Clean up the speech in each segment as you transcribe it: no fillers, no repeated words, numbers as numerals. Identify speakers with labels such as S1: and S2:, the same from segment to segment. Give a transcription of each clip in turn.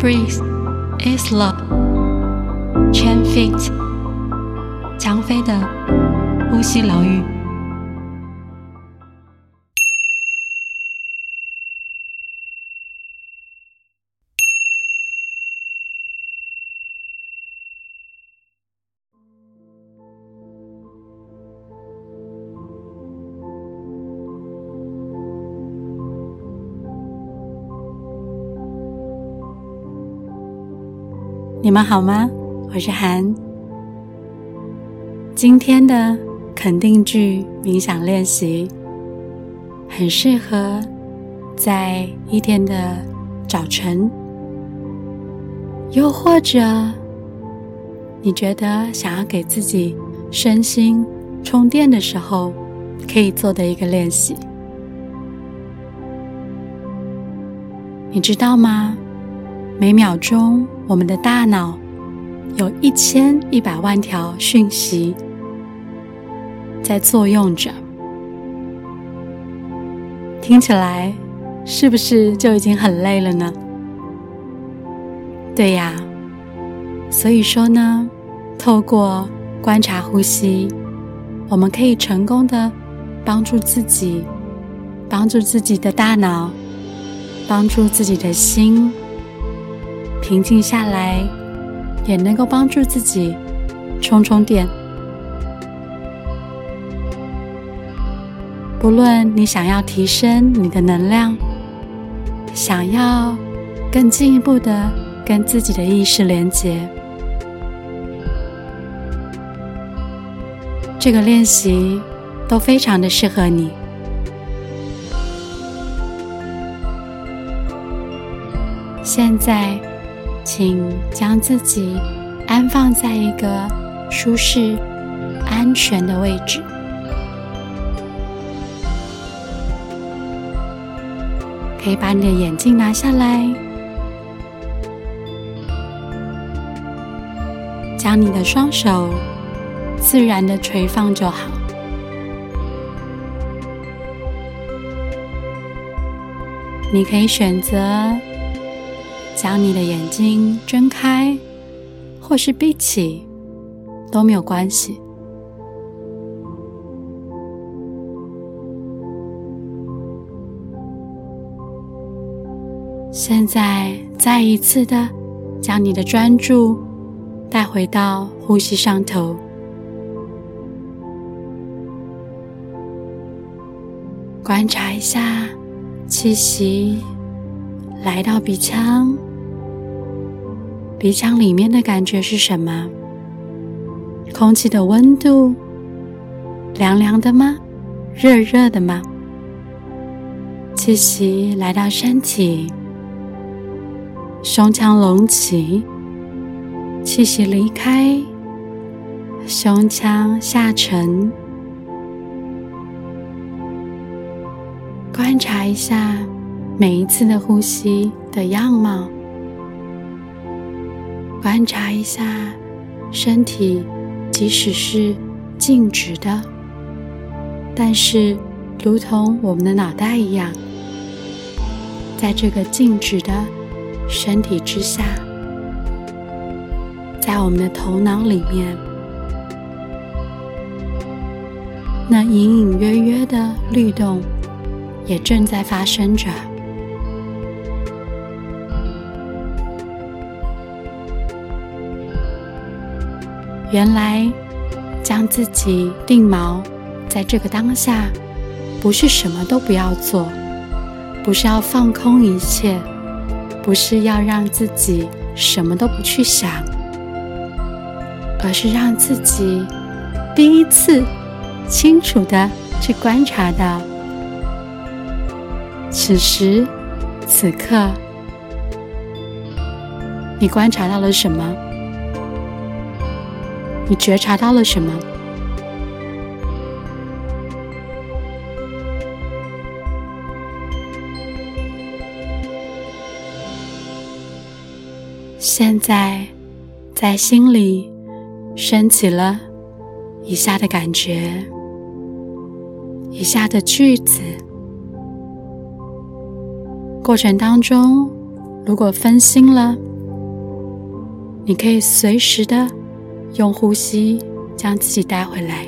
S1: breath is love. Chen Fit， 江飞的呼吸疗愈。你们好吗？我是涵。今天的肯定句冥想练习很适合在一天的早晨，又或者你觉得想要给自己身心充电的时候可以做的一个练习。你知道吗？每秒钟我们的大脑有1100万条讯息在作用着，听起来是不是就已经很累了呢？对呀，所以说呢，透过观察呼吸，我们可以成功的帮助自己的大脑，帮助自己的心平静下来，也能够帮助自己充电。不论你想要提升你的能量，想要更进一步的跟自己的意识连结，这个练习都非常的适合你。现在请将自己安放在一个舒适、安全的位置。可以把你的眼镜拿下来，将你的双手自然的垂放就好。你可以选择将你的眼睛睁开，或是闭起，都没有关系。现在再一次的将你的专注带回到呼吸上头，观察一下气息来到鼻腔，鼻腔里面的感觉是什么？空气的温度，凉凉的吗？热热的吗？气息来到身体，胸腔隆起，气息离开，胸腔下沉。观察一下每一次的呼吸的样貌，观察一下身体即使是静止的，但是如同我们的脑袋一样，在这个静止的身体之下，在我们的头脑里面，那隐隐约约的律动也正在发生着。原来将自己定锚在这个当下，不是什么都不要做，不是要放空一切，不是要让自己什么都不去想，而是让自己第一次清楚地去观察到此时此刻你观察到了什么，你觉察到了什么。现在在心里升起了以下的感觉，以下的句子。过程当中如果分心了， 你可以随时的用呼吸将自己带回来。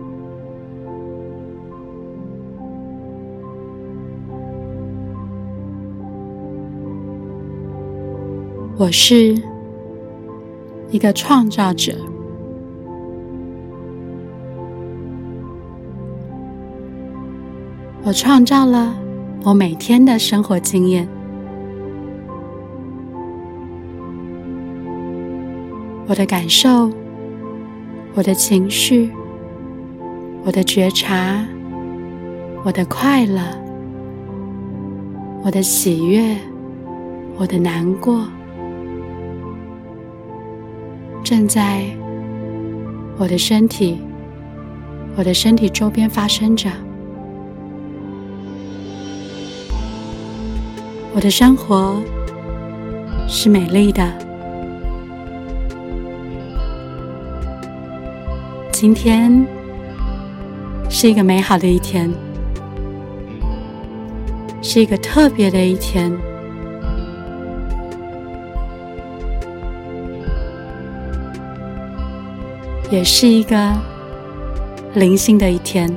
S1: 我是一个创造者，我创造了我每天的生活经验，我的感受，我的情绪，我的觉察，我的快乐，我的喜悦，我的难过，正在我的身体周边发生着。我的生活是美丽的。今天是一个美好的一天，是一个特别的一天。也是一个灵性的一天。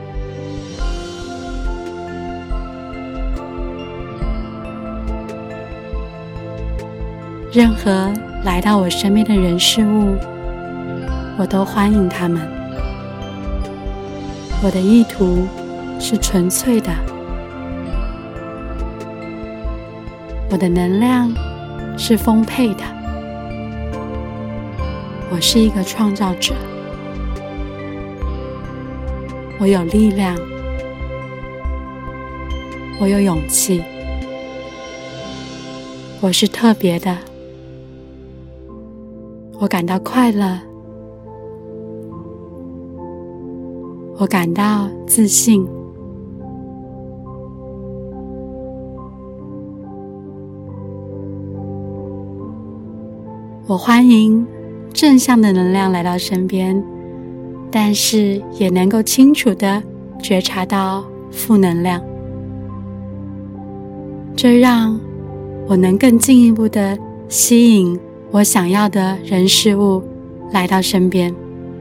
S1: 任何来到我身边的人事物，我都欢迎他们。我的意图是纯粹的，我的能量是丰沛的。我是一个创造者，我有力量，我有勇气，我是特别的，我感到快乐，我感到自信，我欢迎正向的能量来到身边，但是也能够清楚地觉察到负能量，这让我能更进一步地吸引我想要的人事物来到身边。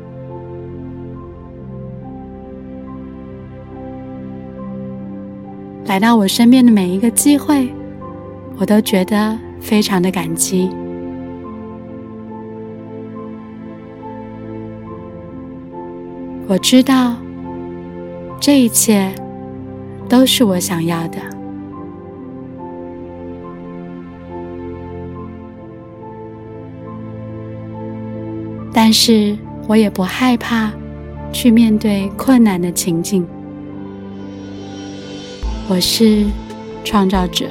S1: 来到我身边的每一个机会，我都觉得非常的感激。我知道这一切都是我想要的，但是我也不害怕去面对困难的情境。我是创造者，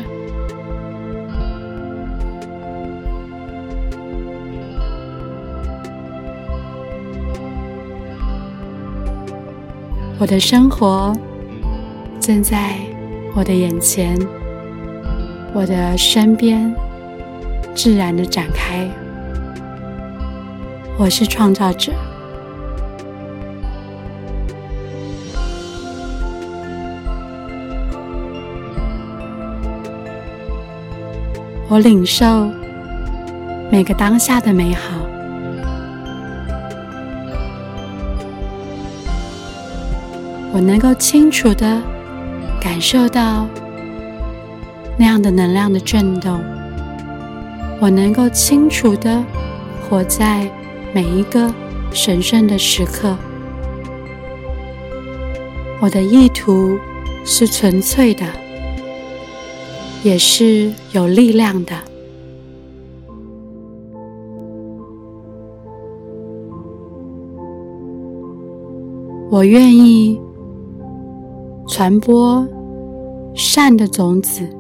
S1: 我的生活正在我的眼前，我的身边自然地展开。我是创造者，我领受每个当下的美好。我能够清楚地感受到那样的能量的震动，我能够清楚地活在每一个神圣的时刻。我的意图是纯粹的，也是有力量的。我愿意传播善的种子，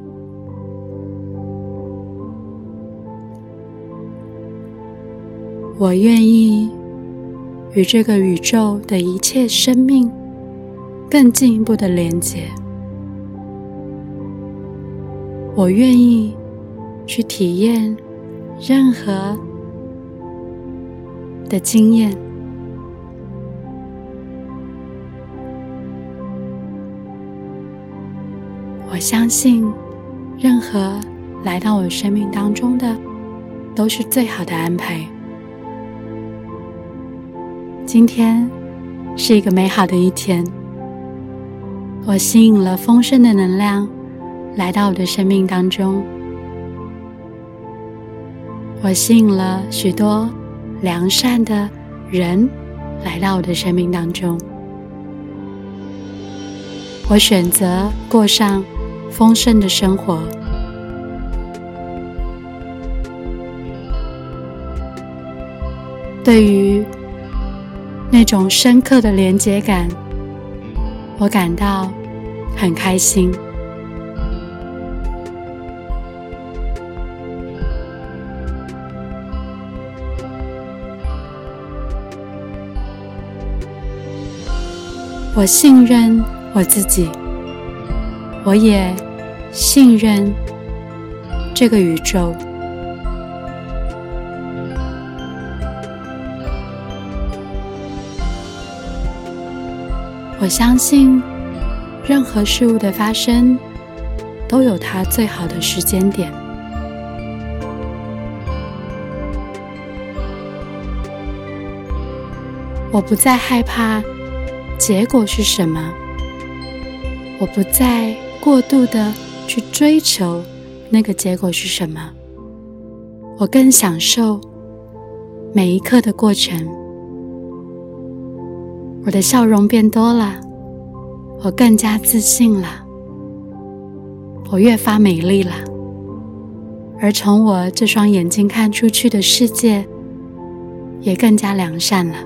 S1: 我愿意与这个宇宙的一切生命更进一步的连结。我愿意去体验任何的经验。我相信任何来到我生命当中的都是最好的安排。今天是一个美好的一天，我吸引了丰盛的能量来到我的生命当中，我吸引了许多良善的人来到我的生命当中，我选择过上丰盛的生活。对于那种深刻的连结感，我感到很开心。我信任我自己，我也信任这个宇宙。我相信任何事物的发生都有它最好的时间点。我不再害怕结果是什么，我不再过度的去追求那个结果是什么，我更享受每一刻的过程。我的笑容变多了，我更加自信了，我越发美丽了，而从我这双眼睛看出去的世界也更加良善了。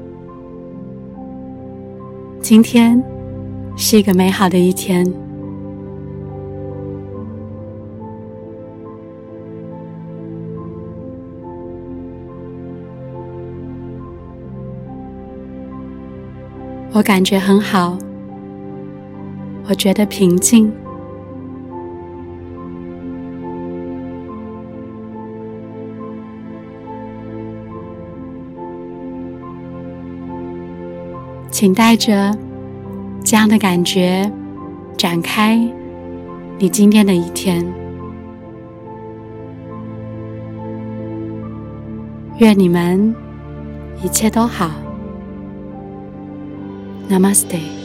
S1: 今天是一个美好的一天，我感觉很好，我觉得平静。请带着这样的感觉展开你今天的一天。愿你们一切都好。Namaste。